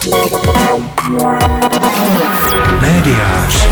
Médiář.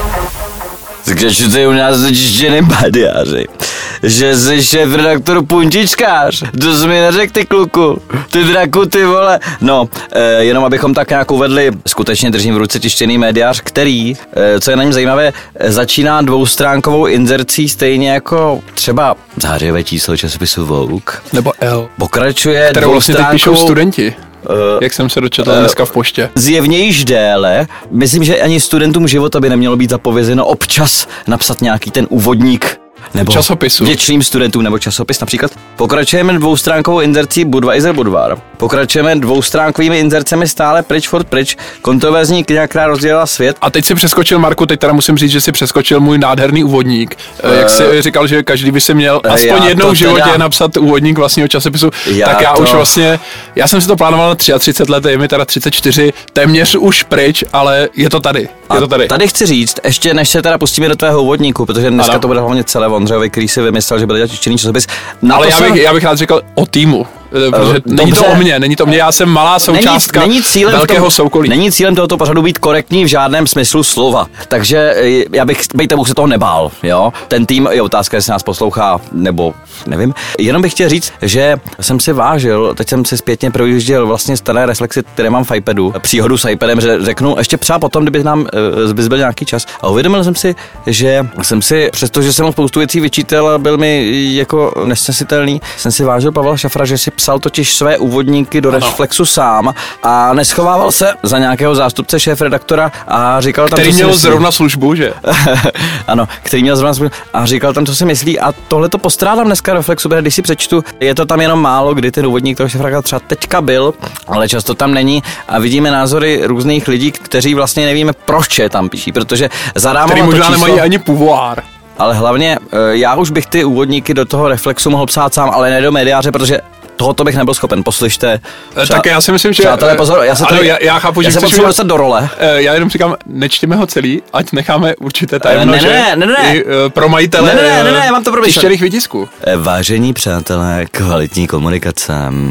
Zkračujte u nás začištěný médiáři. Že jsi šéf-redaktor puntičkář. To jsi mi neřekl, ty kluku. Ty draku, ty vole. No, jenom abychom tak nějak uvedli, skutečně držím v ruce tištěný médiář, který, co je na něm zajímavé, začíná dvoustránkovou inzercí stejně jako třeba zářivé číslo časopisu Vogue. Nebo L. Pokračuje kterou vlastně teď píšou studenti. Jak jsem se dočetl dneska v poště. Zjevně již déle. Myslím, že ani studentům života by nemělo být zapovězeno občas napsat nějaký ten úvodník nebo časopisu. Větším studentům nebo časopis například. Pokračujeme dvoustránkovou inzercí Budweiser Budvar. Pokračujeme dvoustránkovými inzercemi stále pryč, furt pryč. Kontroverzní kniha, která rozdělila svět. A teď si přeskočil, Marku, teď teda musím říct, že si přeskočil můj nádherný úvodník. Jak jsi říkal, že každý by si měl aspoň jednou v životě napsat úvodník vlastního časopisu, tak já už vlastně, já jsem si to plánoval na 33 let, je mi teda 34, téměř už pryč, ale je to tady. Je to tady. Tady chci říct, ještě než se teda pustíme do tvého úvodníku, protože dneska to bude hlavně celé Ondřejovi, který si vymyslel, že bude dělat tištěný časopis. Ale já bych rád řekl o týmu. Protože není to o mě, já jsem malá součástka velkého soukolí. Není cílem tohoto pořadu být korektní v žádném smyslu slova, takže já bych se toho nebál, jo. Ten tým je otázka, jestli nás poslouchá, nebo nevím. Jenom bych chtěl říct, že jsem si vážil, teď jsem si zpětně projížděl vlastně staré reflexy, které mám v iPadu, příhodu s iPadem, že řeknu ještě třeba potom, kdyby nám zbyl nějaký čas. A uvědomil jsem si, že jsem si, přestože jsem spoustu věcí vyčítal, byl mi jako nesnesitelný, jsem si vážil Pavla Šafra, že si psal totiž své úvodníky do Reflexu sám a neschovával se za nějakého zástupce šéf-redaktora a říkal tam, který měl zrovna službu, že? Ano, který měl zrovna službu a říkal tam, co si myslí, a tohle to postrádám dneska Reflexu, protože když si přečtu, je to tam jenom málo, kdy ten úvodník toho šéf-redaktora třeba teďka byl, ale často tam není a vidíme názory různých lidí, kteří vlastně nevíme, proč je tam píší, protože zadámovat který možná nemají ani pouvoir. Ale hlavně já už bych ty úvodníky do toho Reflexu mohl psát sám, ale ne do médiáře, protože tohoto bych nebyl schopen, poslyšte. Tak já si myslím, že... Přátelé, pozor, já chápu, že se potřebuji dostat do role. Já jenom říkám, nečtěme ho celý, ať necháme určité tajemnože ne. Pro majitele ne, mám to tištěných výtisků. Vážení přátelé, kvalitní komunikace.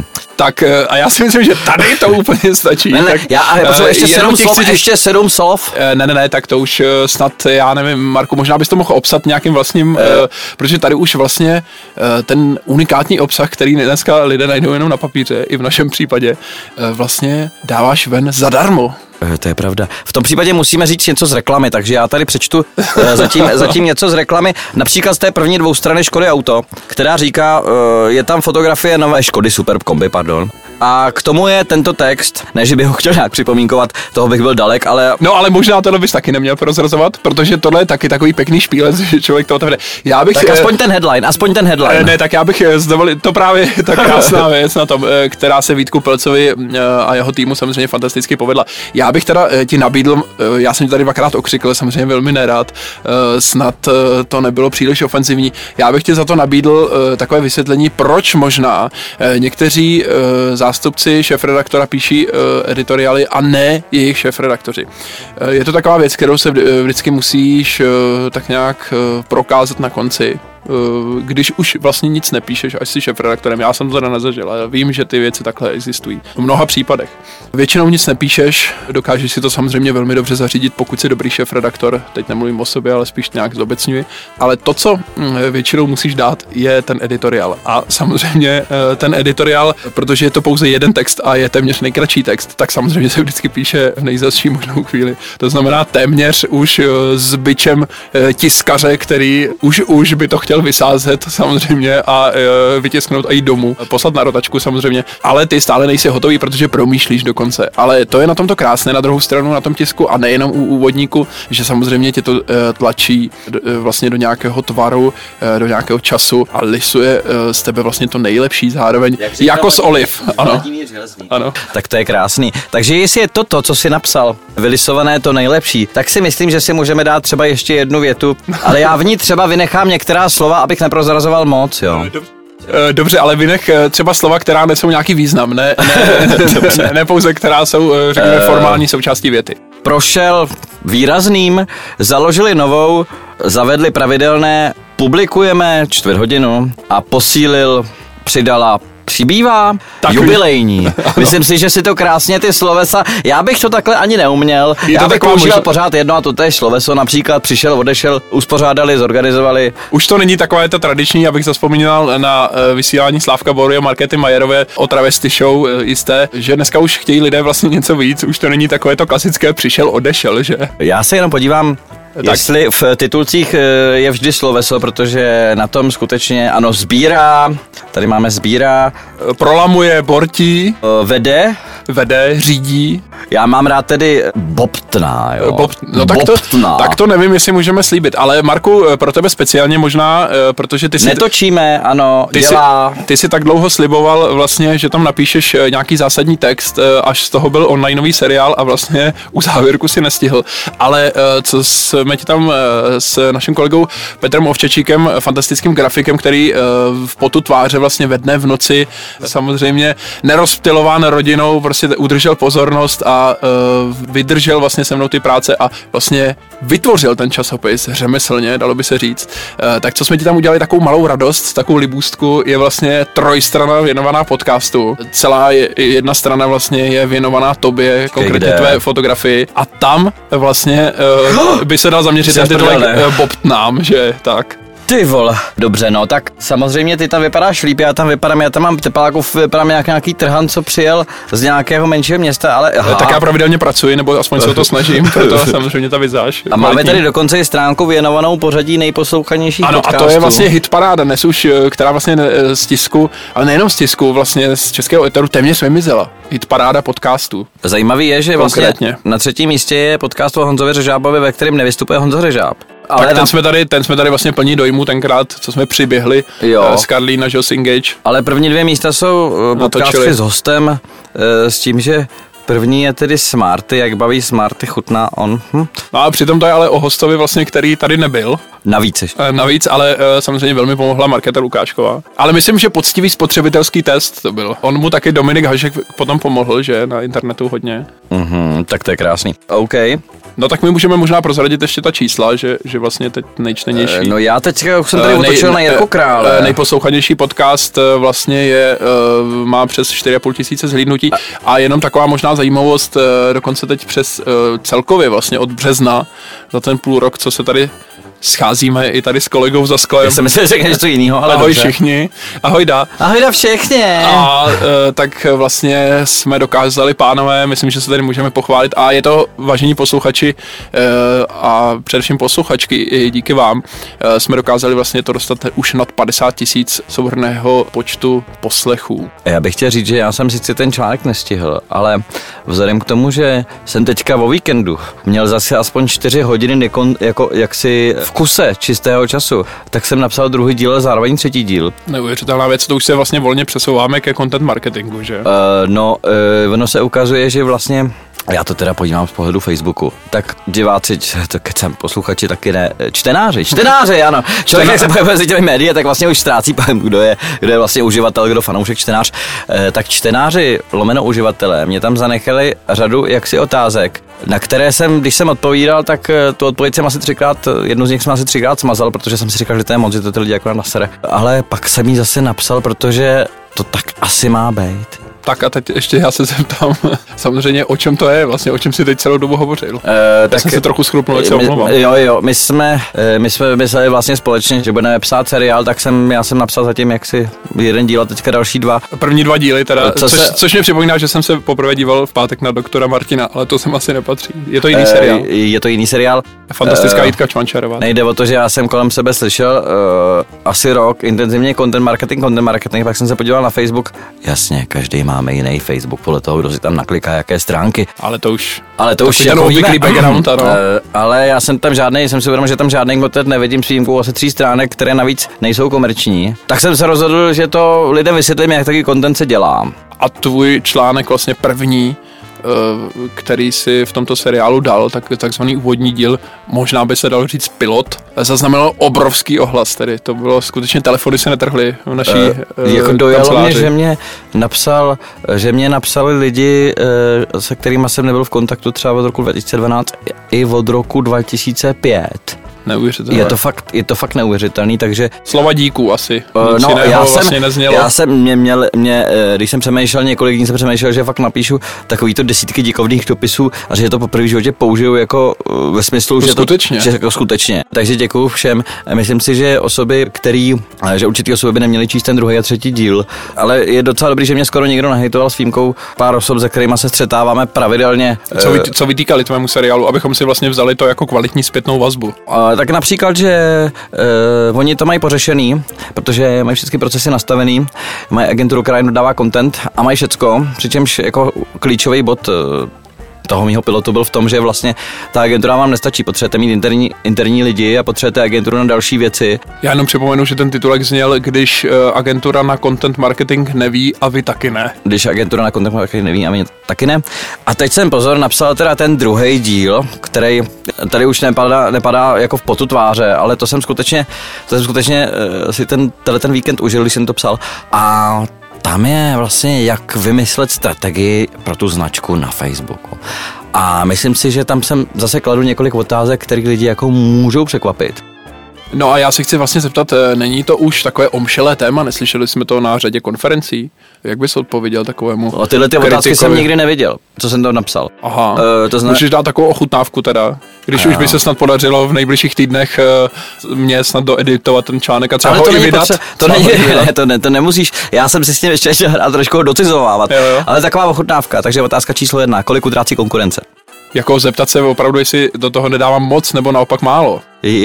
Tak a já si myslím, že tady to úplně stačí. Tak, ještě 7 slov. Ne, tak to už snad, já nevím, Marku, možná bys to mohl obsat nějakým vlastním, protože tady už vlastně ten unikátní obsah, který dneska lidé najdou jenom na papíře, i v našem případě, vlastně dáváš ven zadarmo. To je pravda. V tom případě musíme říct něco z reklamy, takže já tady přečtu zatím něco z reklamy, například z té první dvoustrany Škody Auto, která říká, je tam fotografie nové Škody Superb kombi, pardon. A k tomu je tento text, ne, že bych ho chtěl nějak připomínkovat, toho bych byl dalek, ale... No ale možná tohle bys taky neměl prozrazovat, protože tohle je taky takový pěkný špílec, že člověk to otevře. Tak aspoň ten headline. Ne, tak já bych zdovolil, to právě ta krásná věc na tom, která se Vítku Pelcovi a jeho týmu samozřejmě fantasticky povedla. Já bych teda ti nabídl, já jsem tady dvakrát okřikl, samozřejmě velmi nerád, snad to nebylo příliš ofenzivní. Já bych ti za to nabídl takové vysvětlení, proč možná někteří zástupci šéfredaktora píší editoriály a ne jejich šéfredaktoři. Je to taková věc, kterou se vždycky musíš tak nějak prokázat na konci. Když už vlastně nic nepíšeš, až jsi šéfredaktorem. Já jsem to teda nezažil, ale vím, že ty věci takhle existují. V mnoha případech. Většinou nic nepíšeš, dokážeš si to samozřejmě velmi dobře zařídit, pokud jsi dobrý šéfredaktor. Teď nemluvím o sobě, ale spíš nějak zobecňuji. Ale to, co většinou musíš dát, je ten editoriál. A samozřejmě ten editoriál, protože je to pouze jeden text a je téměř nejkratší text, tak samozřejmě se vždycky píše v nejzazší možnou chvíli. To znamená téměř už s bičem tiskaře, který už by to chtěl vysázet samozřejmě a vytisknout a jít domů, poslat na rotačku samozřejmě, ale ty stále nejsi hotový, protože promýšlíš dokonce. Ale to je na tomto krásné, na druhou stranu na tom tisku a nejenom u úvodníku, že samozřejmě tě to tlačí vlastně do nějakého tvaru, do nějakého času a lisuje z tebe vlastně to nejlepší zároveň, jako z oliv. Ano. Tak to je krásný. Takže jestli je to, co jsi napsal, vylisované to nejlepší, tak si myslím, že si můžeme dát třeba ještě jednu větu, ale já v ní třeba vynechám některá slova, abych neprozrazoval moc, jo. Dobře, ale vynech třeba slova, která nesou nějaký význam, ne pouze, která jsou, řekněme, formální součástí věty. Prošel výrazným, založili novou, zavedli pravidelné, publikujeme 4 hodinu a posílil, přidala přibývá jubilejní. Myslím si, že si to krásně ty slovesa, já bych to takhle ani neuměl. Já bych používal pořád jedno a to též sloveso, například přišel, odešel, uspořádali, zorganizovali. Už to není takové to tradiční, abych zavzpomínal na vysílání Slávka Bory a Markety Majerové o travesty show jisté, že dneska už chtějí lidé vlastně něco víc, už to není takové to klasické přišel, odešel, že? Já se jenom podívám, jestli v titulcích je vždy sloveso, protože na tom skutečně, ano, sbírá, tady máme sbírá. Prolamuje, bortí. Vede, řídí. Já mám rád tedy bobtná, jo. Tak to nevím, jestli můžeme slíbit, ale Marku, pro tebe speciálně možná, protože ty si... Netočíme, ano, dělá. Ty si tak dlouho sliboval vlastně, že tam napíšeš nějaký zásadní text, až z toho byl onlineový seriál a vlastně u závěrku si nestihl. Ale co jsme ti tam s naším kolegou Petrem Ovčečíkem, fantastickým grafikem, který v potu tváře vlastně ve dne v noci, samozřejmě nerozptylován rodinou, prostě udržel pozornost a vydržel vlastně se mnou ty práce a vlastně vytvořil ten časopis řemeslně, dalo by se říct. Tak co jsme ti tam udělali takovou malou radost, takovou libůstku, je vlastně 3 strana věnovaná podcastu. Celá jedna strana vlastně je věnovaná tobě, konkrétně tvé fotografii a tam vlastně by se dal zaměřit ten titulek bobtnám, že tak. Ty vole. Dobře, no, tak samozřejmě ty tam vypadáš líp, já tam mám teplákov, vypadám nějaký trhan, co přijel z nějakého menšího města, ale... Tak já pravidelně pracuji, nebo aspoň se o to snažím, proto samozřejmě ta vizáž. A máme tady dokonce i stránku věnovanou pořadí nejposlouchanějších podcastů. Ano, a to je vlastně hitparáda, dnes už, která vlastně z tisku, ale nejenom z tisku, vlastně z českého eteru téměř vymizela. Hitparáda podcastů. Zajímavý je, že vlastně na 3. místě je podcast o Honzovi Řežábovi, ve kterém nevystupuje Honza Řežáb. Ale tak ten jsme tady vlastně plní dojmu tenkrát, co jsme přiběhli s Karlín a Joss Engage. Ale první 2 místa jsou podcasty s hostem, s tím, že první je tedy Smarty, jak baví Smarty, chutná on. No a přitom to je ale o hostovi vlastně, který tady nebyl. Navíc, ale samozřejmě velmi pomohla Markéta Lukášková. Ale myslím, že poctivý spotřebitelský test to byl. On mu taky Dominik Hašek potom pomohl, že na internetu hodně. Tak to je krásný. OK. No tak my můžeme možná prozradit ještě ta čísla, že vlastně teď nejčtenější. No já teď jsem tady otočil na Jirku Krále. Nejposlouchanější podcast vlastně má přes 4,5 tisíce zhlídnutí a jenom taková možná zajímavost, dokonce teď přes celkově vlastně od března za ten půl rok, co se tady scházíme i tady s kolegou za sklem. Já jsem myslel, že řekneš něco jiného, ale ahoj dobře. Všichni. Ahoj da. Ahoj da všichni. A tak vlastně jsme dokázali, pánové, myslím, že se tady můžeme pochválit a je to, vážení posluchači a především posluchačky, i díky vám, jsme dokázali vlastně to dostat už nad 50 000 souhrnného počtu poslechů. Já bych chtěl říct, že já jsem sice ten článek nestihl, ale vzhledem k tomu, že jsem teďka o víkendu měl zase aspoň 4 hodiny jako jaksi v kuse čistého času, tak jsem napsal 2. díl a zároveň 3. díl. Neuvěřitelná věc, to už se vlastně volně přesouváme ke content marketingu, že? Ono se ukazuje, že vlastně já to teda podívám z pohledu Facebooku. Tak diváci, to kecem, posluchači taky ne. Čtenáři, ano. Člověk, jak se pohybuje mezi těmi médii, tak vlastně už ztrácí pojem, kdo je vlastně uživatel, kdo fanoušek, čtenář. Tak čtenáři, lomeno uživatelé, mě tam zanechali řadu jaksi otázek, na které jsem, když jsem odpovídal, tak tu odpověď jsem asi 3krát, jednu z nich jsem asi 3krát smazal, protože jsem si říkal, že to je moc, že to ty lidi jako nasere. Ale pak jsem jí zase napsal, protože to tak asi má být. Tak a teď ještě já se zeptám samozřejmě, o čem to je, vlastně o čem si teď celou dobu hovořil. Tak jsem se trochu schrupnul, jak se omlouvám. Jo, my jsme mysleli vlastně společně, že budeme psát seriál, tak já jsem napsal zatím jaksi 1 díl a teďka další 2. První 2 díly teda, což mě připomíná, že jsem se poprvé díval v pátek na doktora Martina, ale to sem asi nepatří. Je to jiný seriál. Je to jiný seriál. Fantastická Jitka Čvančarová. Nejde o to, že já jsem kolem sebe slyšel asi rok intenzivně content marketing, pak jsem se podíval na Facebook. Jasně, každý máme jiný Facebook podle toho, kdo si tam nakliká, jaké stránky. Ale to už jako obvyklý background, ano. Ale já jsem tam jsem si uvědomil, že tam žádný content nevidím s výjimkou asi 3 stránek, které navíc nejsou komerční. Tak jsem se rozhodl, že to lidem vysvětlím, jak taky content se dělá. A tvůj článek vlastně první, který si v tomto seriálu dal, takzvaný úvodní díl, možná by se dalo říct pilot, zaznamenal obrovský ohlas, tedy to bylo skutečně, telefony se netrhly v naší jako dojalo mě, že mě napsali lidi, se kterými jsem nebyl v kontaktu třeba od roku 2012 i od roku 2005. Neuvěřitelné. Je to fakt neuvěřitelný, takže... Slova díku asi. No, já jsem když jsem přemýšlel, několik dní jsem přemýšlel, že fakt napíšu takovýto desítky díkovných dopisů a že to poprvé v životě použiju jako ve smyslu, že jako skutečně. Takže děkuju všem. Myslím si, že že určitý osoby by neměly číst ten druhý a třetí díl, ale je docela dobrý, že mě skoro nikdo nehejtoval s výjimkou pár osob, se kterými se střetáváme pravidelně. Co vytýkali tvému seriálu, abychom si vlastně vzali to jako kvalitní zpětnou vazbu? Tak například, že oni to mají pořešený, protože mají všechny procesy nastavený, mají agenturu, která jim dodává content a mají všecko, přičemž jako klíčový bod toho mýho pilotu byl v tom, že vlastně ta agentura vám nestačí, potřebujete mít interní lidi a potřebujete agenturu na další věci. Já jenom připomenu, že ten titulek zněl, když agentura na content marketing neví a vy taky ne. Když agentura na content marketing neví a my taky ne. A teď jsem napsal teda ten druhý díl, který tady už nepadá jako v potu tváře, ale to jsem skutečně si ten víkend užil, když jsem to psal. A tam je vlastně, jak vymyslet strategii pro tu značku na Facebooku. A myslím si, že tam jsem zase kladu několik otázek, které lidi jako můžou překvapit. No a já se chci vlastně zeptat, není to už takové omšelé téma, neslyšeli jsme to na řadě konferencí? Jak bys odpověděl takovému tyhle ty otázky jsem nikdy neviděl, co jsem tam napsal. Aha, můžeš dát takovou ochutnávku teda, když už by se snad podařilo v nejbližších týdnech mě snad doeditovat ten článek a třeba ho i vydat. To nemusíš, já jsem si s tím ještě hrát trošku docizovávat, ale taková ochutnávka, takže otázka číslo 1, kolik utrácí konkurence? Jako zeptat se opravdu, jestli do toho nedávám moc nebo naopak málo.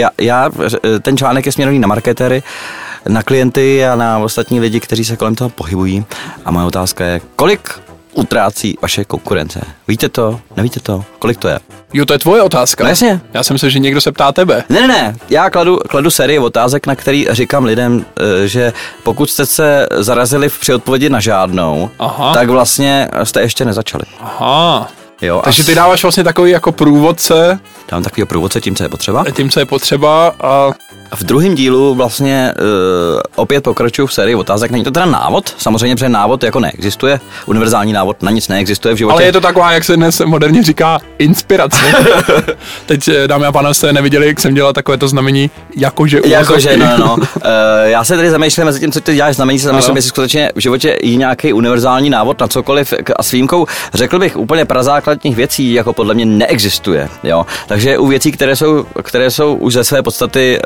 Ten článek je směrovaný na marketéry, na klienty a na ostatní lidi, kteří se kolem toho pohybují. A moje otázka je, kolik utrácí vaše konkurence? Víte to? Nevíte to? Kolik to je? Jo, to je tvoje otázka. No jasně. Já jsem myslel, že někdo se ptá tebe. Ne. Já kladu sérii otázek, na který říkám lidem, že pokud jste se zarazili při odpovědi na žádnou, tak vlastně jste ještě nezačali. Aha. Jo, takže ty dáváš vlastně takový jako průvodce. Dám takový průvodce tím, co je potřeba. A v druhém dílu vlastně opět pokračuju v sérii otázek. Není to teda návod, samozřejmě, protože návod jako neexistuje. Univerzální návod na nic neexistuje v životě. Ale je to taková, jak se dnes moderně říká, inspirace. Teď, dámy a pánové, jste neviděli, jak jsem dělal takové to znamení, jakože no. Já se tady zamýšlím mezi tím, co ty děláš znamení, jestli skutečně v životě je nějaký univerzální návod na cokoliv a s výjimkou, řekl bych, úplně prazákladních věcí, jako podle mě neexistuje. Jo? Takže u věcí, které jsou už ze své podstaty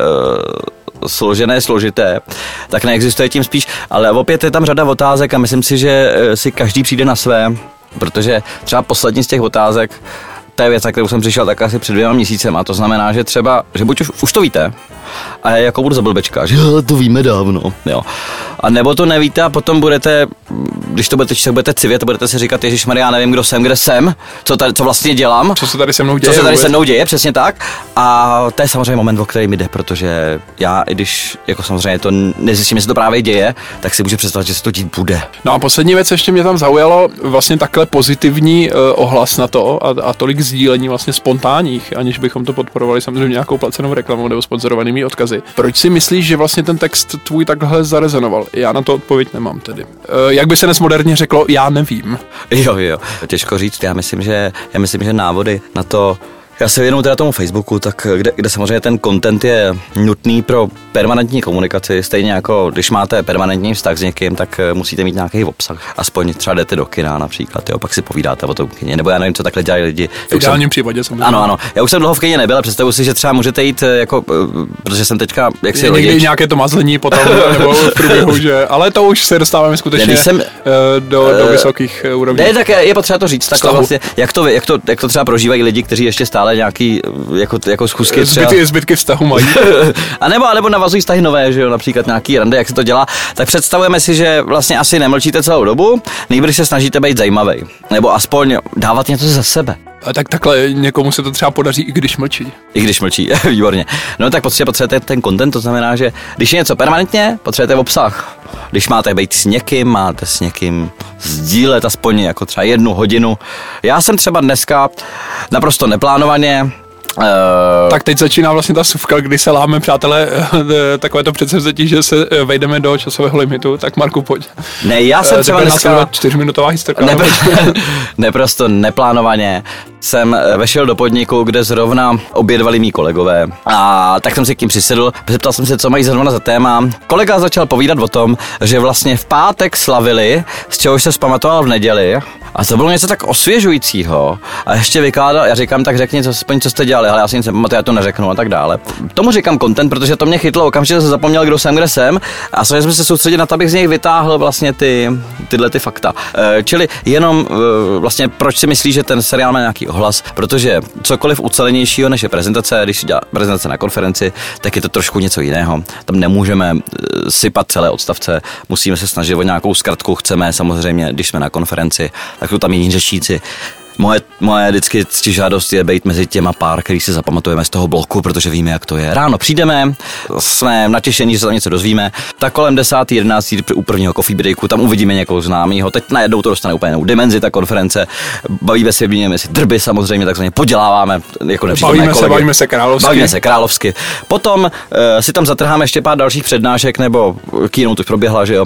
složité, tak neexistuje tím spíš, ale opět je tam řada otázek a myslím si, že si každý přijde na své, protože třeba poslední z těch otázek, to je věc, na kterou jsem přišel tak asi před 2 měsícema, to znamená, že třeba, že buď už to víte, a jako budu za blbečka, že to víme dávno, jo. A nebo to nevíte a potom budete, když to budete číst, budete civět, budete si říkat, ježišmarja, já nevím, kdo jsem, kde jsem, co vlastně dělám. Co se tady se mnou děje, přesně tak. A to je samozřejmě moment, o který mi jde, protože já, i když jako samozřejmě to nezjistím, jestli to právě děje, tak si můžu představit, že se to dít bude. No a poslední věc ještě mě tam zaujalo, vlastně takhle pozitivní ohlas na to a tolik sdílení vlastně spontánních, aniž bychom to podporovali samozřejmě nějakou placenou reklamou nebo sponzorovanými odkazy. Proč si myslíš, že vlastně ten text tvůj takhle zarezonoval? Já na to odpověď nemám tedy. Jak by se dnes moderně řeklo, já nevím. Jo, těžko říct, já myslím, že návody na to, já se věnuju teda tomu Facebooku, tak kde samozřejmě ten content je nutný pro permanentní komunikaci, stejně jako když máte permanentní vztah s někým, tak musíte mít nějaký obsah. Aspoň třeba jdete do kina například, jo, pak si povídáte o tom kině, nebo já nevím, co takhle dělají lidi. V ideálním případě samozřejmě. Ano, já už jsem dlouho v kině nebyl, ale představuji si, že třeba můžete jít jako, protože jsem teďka, jak si někdy nějaké to mazlení potom, nebo v průběhu, že, ale to už se dostáváme skutečně do vysokých úrovní. Ne, tak je potřeba to říct, takhle vlastně, jak to třeba prožívají lidi, kteří ještě stále nějaký jako schůzky zbytky vztahu mají. a nebo navazují vztahy nové, že jo, například nějaký rande, jak se to dělá, tak představujeme si, že vlastně asi nemlčíte celou dobu, nejbrž se snažíte být zajímavý, nebo aspoň dávat něco za sebe. A tak takhle někomu se to třeba podaří, i když mlčí. Výborně. No tak potřebujete ten content, to znamená, že když je něco permanentně, potřebujete obsah. Když máte být s někým sdílet aspoň jako třeba 1 hodinu. Já jsem třeba dneska naprosto neplánovaně Tak teď začíná vlastně ta suvka, kdy se láme, přátelé, takové to předsevzetí, že se vejdeme do časového limitu, tak Marku, pojď. Ne, já jsem třeba dneska... 4minutová historka. Neprosto neplánovaně jsem vešel do podniku, kde zrovna obědvali mý kolegové a tak jsem si k tím přisedl, zeptal jsem se, co mají zrovna za téma. Kolega začal povídat o tom, že vlastně v pátek slavili, z čehož se vzpamatoval v neděli a to bylo něco tak osvěžujícího a ještě vykládal, já říkám, tak řekni, co jste dělali, ale já si nic nepamatuju, já to neřeknu a tak dále. Tomu říkám content, protože to mě chytlo, okamžitě jsem zapomněl, kdo jsem, kde jsem a snažil jsem se soustředit na to, abych z něj vytáhl vlastně tyhle fakta. Čili jenom vlastně proč si myslíš, že ten seriál má nějaký ohlas, protože cokoliv ucelenějšího než je prezentace, když si dělá prezentace na konferenci, tak je to trošku něco jiného. Tam nemůžeme sypat celé odstavce, musíme se snažit o nějakou zkratku, chceme samozřejmě, když jsme na konferenci, tak to tam jiní řečníci. Moje vždycky žádost je být mezi těma pár, který si zapamatujeme z toho bloku, protože víme, jak to je. Ráno přijdeme, jsme natěšení, že se tam něco dozvíme, tak kolem 10. 11. u prvního coffee breaku tam uvidíme někoho známého. Teď najednou to dostane úplně jinou dimenzi, ta konference. Bavíme se, vyměňujeme si drby samozřejmě, takzvaně poděláváme, jako nepřítomné kolegy. Bavíme se královsky. Potom si tam zatrháme ještě pár dalších přednášek, nebo keynote už proběhla, že jo.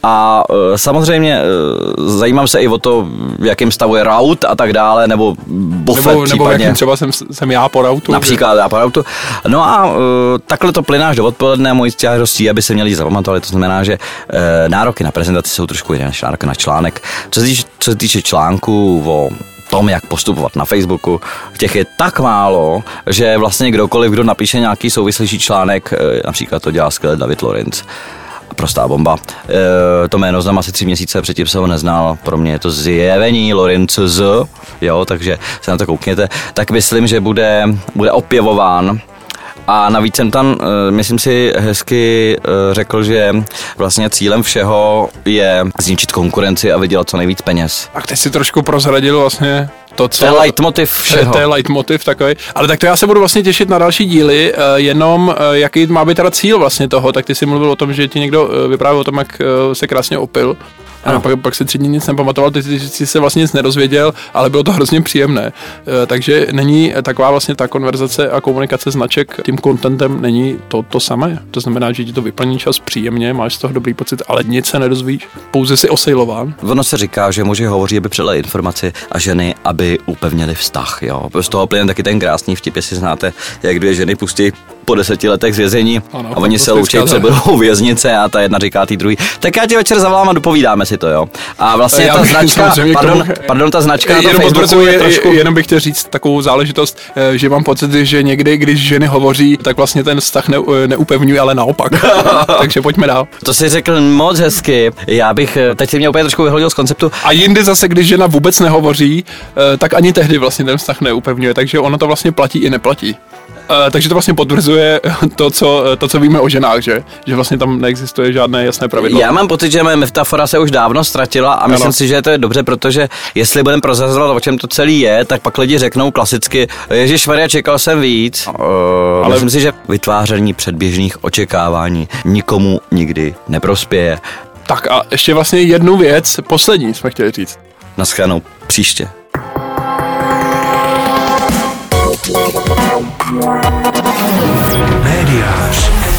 A samozřejmě zajímám se i o to, v jakém stavu je rout a tak dále, nebo buffet nebo jakým třeba jsem já po rautu. Například já po rautu. No a takhle to plynáš do odpoledne, mojí stěžádostí, aby se měli zapamatovali, to znamená, že nároky na prezentaci jsou trošku jiné než nároky na článek. Co se týče článků o tom, jak postupovat na Facebooku, těch je tak málo, že vlastně kdokoliv, kdo napíše nějaký souvislejší článek, například to dělá skvěle David Lorenz, prostá bomba. To jméno znám asi 3 měsíce, předtím jsem ho neznal, pro mě je to zjevení Lorenz, jo, takže se na to koukněte. Tak myslím, že bude opěvován. A navíc jsem tam, myslím si, hezky řekl, že vlastně cílem všeho je zničit konkurenci a vydělat co nejvíc peněz. A teď si trošku prozradil vlastně to, co... To je leitmotiv všeho. To je leitmotiv takový. Ale tak to já se budu vlastně těšit na další díly, jenom jaký má být teda cíl vlastně toho, tak ty jsi mluvil o tom, že ti někdo vyprávěl o tom, jak se krásně opil. A pak si 3 dny nic nepamatoval, ty jsi se vlastně nic nedozvěděl, ale bylo to hrozně příjemné. Takže není taková vlastně ta konverzace a komunikace značek tím contentem není to samé. To znamená, že ti to vyplní čas příjemně, máš z toho dobrý pocit, ale nic se nedozvíš, pouze si osejlován. Ono se říká, že muži hovoří, aby předali informaci a ženy, aby upevnili vztah. Jo. Z toho plyne taky ten krásný vtip, jestli znáte, jak 2 ženy pustí po 10 letech z vězení a oni se loučí, co budou vězně a ta jedna říká tý druhý. Tak já ti večer zavolám a dopovídáme si to, jo. A vlastně ta značka, ta značka na tom Facebooku je trošku... Jenom bych chtěl říct takovou záležitost, že mám pocit, že někdy, když ženy hovoří, tak vlastně ten vztah neupevňuje, ale naopak. Takže pojďme dál. To jsi řekl moc hezky. Já bych, teď si mě úplně trošku vyhodil z konceptu. A jindy zase, když žena vůbec nehovoří, tak ani tehdy vlastně ten vztah neupevňuje, takže ono to vlastně platí i neplatí. Takže to vlastně potvrzuje to, co víme o ženách, že vlastně tam neexistuje žádné jasné pravidlo. Já mám pocit, že moje metafora se už dávno ztratila a myslím si, že to je dobře, protože jestli budeme prozrazovat, o čem to celý je, tak pak lidi řeknou klasicky, ježišmarja, čekal jsem víc. Ale myslím si, že vytváření předběžných očekávání nikomu nikdy neprospěje. Tak a ještě vlastně jednu věc, poslední jsme chtěli říct. Naschledanou příště. Médiář.